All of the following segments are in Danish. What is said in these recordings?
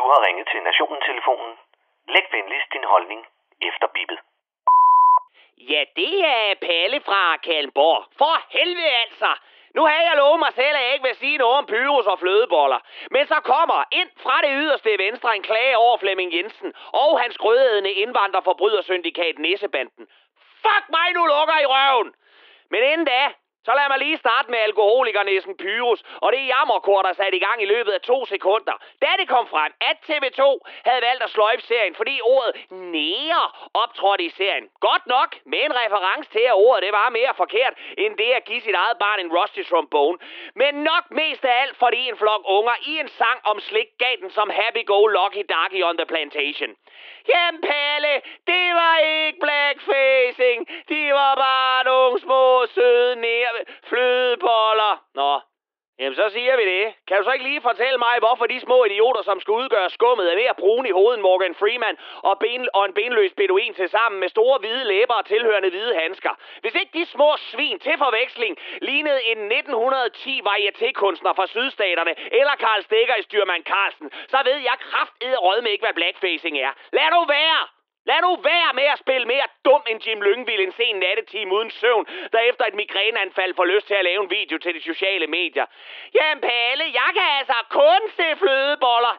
Du har ringet til Nationen-telefonen. Læg venligst din holdning efter bippet. Ja, det er Palle fra Kalmborg. For helvede altså! Nu havde jeg lovet mig selv, at jeg ikke vil sige noget om Pyrus og flødeboller. Men så kommer ind fra det yderste venstre en klage over Flemming Jensen og hans grødædende indvandrerforbrydersyndikat Nissebanden. Fuck mig, nu lukker i røven! Men inden da, så lad mig lige starte med alkoholikernissen Pyrus, og det jammerkor, der satte i gang i løbet af 2 sekunder. Da det kom frem, at TV2 havde valgt at sløjfe serien, fordi ordet nære optrådte i serien. Godt nok, med en reference til, at ordet det var mere forkert, end det at give sit eget barn en rusty trombone. Men nok mest af alt, fordi en flok unger i en sang om slik gav den som happy-go-lucky-ducky on the plantation. Jamen Palle, det var ikke blackfacing, de var bare nogle små søde flødeboller. Nå, jamen så siger vi det. Kan du så ikke lige fortælle mig, hvorfor de små idioter, som skal udgøre skummet, er mere brune i hovedet end Morgan Freeman og en benløs beduin til sammen med store hvide læber og tilhørende hvide handsker? Hvis ikke de små svin til forveksling lignede en 1910 varietékunstner fra sydstaterne eller Karl Stikker i Styrmand Carlsen, så ved jeg kraftedderrødme ikke, hvad blackfacing er. Lad nu være! Lad nu være med at spille mere dum end Jim Lyngvild en sen nattetime uden søvn, der efter et migræneanfald får lyst til at lave en video til de sociale medier. Jamen Palle, jeg kan altså kun se flødeboller.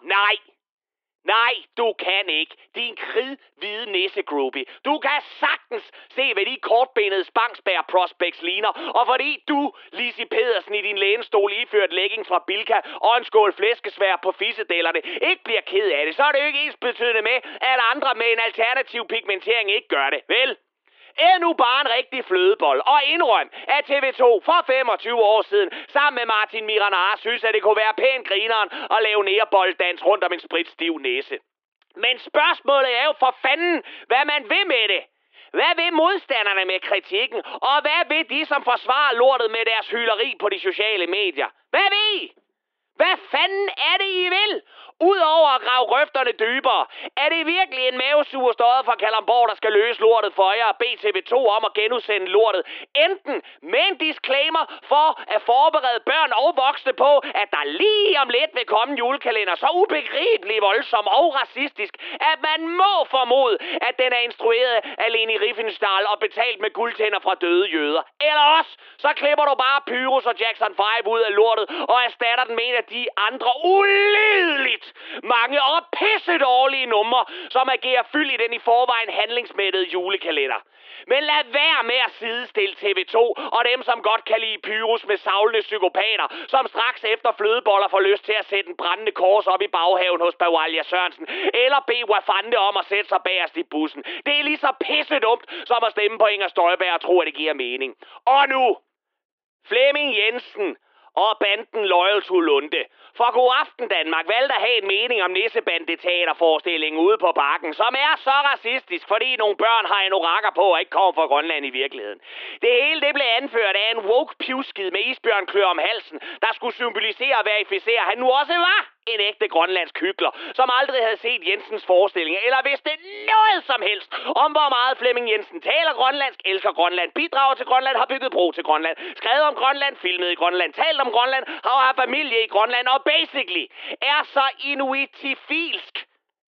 Nej, du kan ikke. Din kridhvide nissegroupie. Du kan sagtens se, hvad de kortbenede Spangsberg prospects ligner. Og fordi du, Lizzie Pedersen, i din lænestol iført leggings fra Bilka og en skål flæskesvær på fissedellerne, ikke bliver ked af det, så er det jo ikke ensbetydende med, at andre med en alternativ pigmentering ikke gør det, vel? Er nu bare en rigtig flødebold, og indrøm, at TV2 for 25 år siden, sammen med Martin Miranar, synes, at det kunne være pænt grineren at lave nærbolddans rundt om en spritstiv næse. Men spørgsmålet er jo for fanden, hvad man vil med det. Hvad vil modstanderne med kritikken, og hvad vil de, som forsvarer lortet med deres hyleri på de sociale medier? Hvad vil I? Hvad fanden er det, I vil? Udover at grave grøfterne dybere, er det virkelig en mavesuger støjet fra Kalundborg, der skal løse lortet for jer og bede TV2 om at genudsende lortet? Enten med en disclaimer for at forberede børn og voksne på, at der lige om lidt vil komme en julekalender så ubegribeligt voldsom og racistisk, at man må formode, at den er instrueret af Leni Riefenstahl og betalt med guldtænder fra døde jøder. Eller også, så klipper du bare Pyrus og Jackson 5 ud af lortet og erstatter den med en af de andre ulideligt mange og pisse dårlige numre, som agerer fyld i den i forvejen handlingsmættede julekalender. Men lad være med at sidestille TV2 og dem, som godt kan lide Pyrus med savlende psykopater, som straks efter flødeboller får lyst til at sætte en brændende kors op i baghaven hos Bawalja Sørensen, eller bede Wafande om at sætte sig bagerst i bussen. Det er lige så pisse dumt, som at stemme på Inger Støjberg og tro, at det giver mening. Og nu, Flemming Jensen og banden Loyal to Lunde. For God Aften Danmark valgte at have en mening om Nissebande-teaterforestillingen ude på Bakken, som er så racistisk, fordi nogle børn har anorakker på og ikke kommer fra Grønland i virkeligheden. Det hele det blev anført af en woke pivskid med isbjørnklør om halsen, der skulle symbolisere og verificere, at han nu også var en ægte grønlandsk hykler, som aldrig havde set Jensens forestillinger, eller vidste noget som helst om, hvor meget Flemming Jensen taler grønlandsk, elsker Grønland, bidrager til Grønland, har bygget bro til Grønland, skrevet om Grønland, filmet i Grønland, talt om Grønland, har haft familie i Grønland, og basically er så inuitifilsk,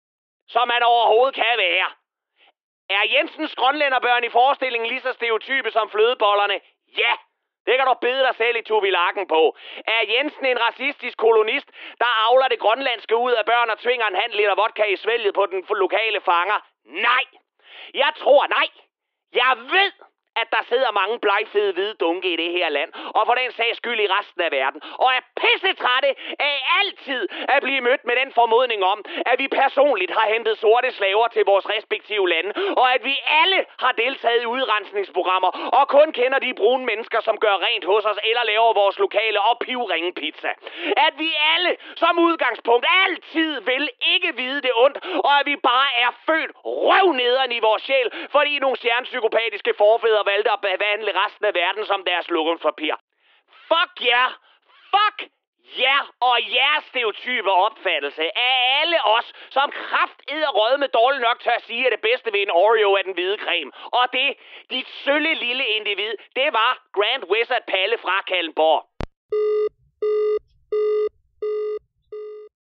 som man overhovedet kan være. Er Jensens grønlænderbørn i forestillingen lige så stereotype som flødebollerne? Ja! Det kan du bede dig selv i tubilakken på. Er Jensen en racistisk kolonist, der avler det grønlandske ud af børn og tvinger en halv liter vodka i svælget på den lokale fanger? Nej. Jeg ved, at der sidder mange blegfede hvide dunke i det her land, og for den sags skyld i resten af verden, og er pissetrætte af altid at blive mødt med den formodning om, at vi personligt har hentet sorte slaver til vores respektive lande, og at vi alle har deltaget i udrensningsprogrammer, og kun kender de brune mennesker, som gør rent hos os, eller laver vores lokale og pivringe pizza. At vi alle som udgangspunkt altid vil ikke vide det ondt, og at vi bare er født røvnederen i vores sjæl, fordi nogle stjernepsykopatiske forfædre valgte at behandle resten af verden som deres lokumspapir. Fuck jer og jeres stereotype opfattelse af alle os, som kraftedderrødme dårligt nok tør at sige, at det bedste ved en Oreo er den hvide creme. Og det, dit sølle lille individ, det var Grand Wizard Palle fra Kalundborg.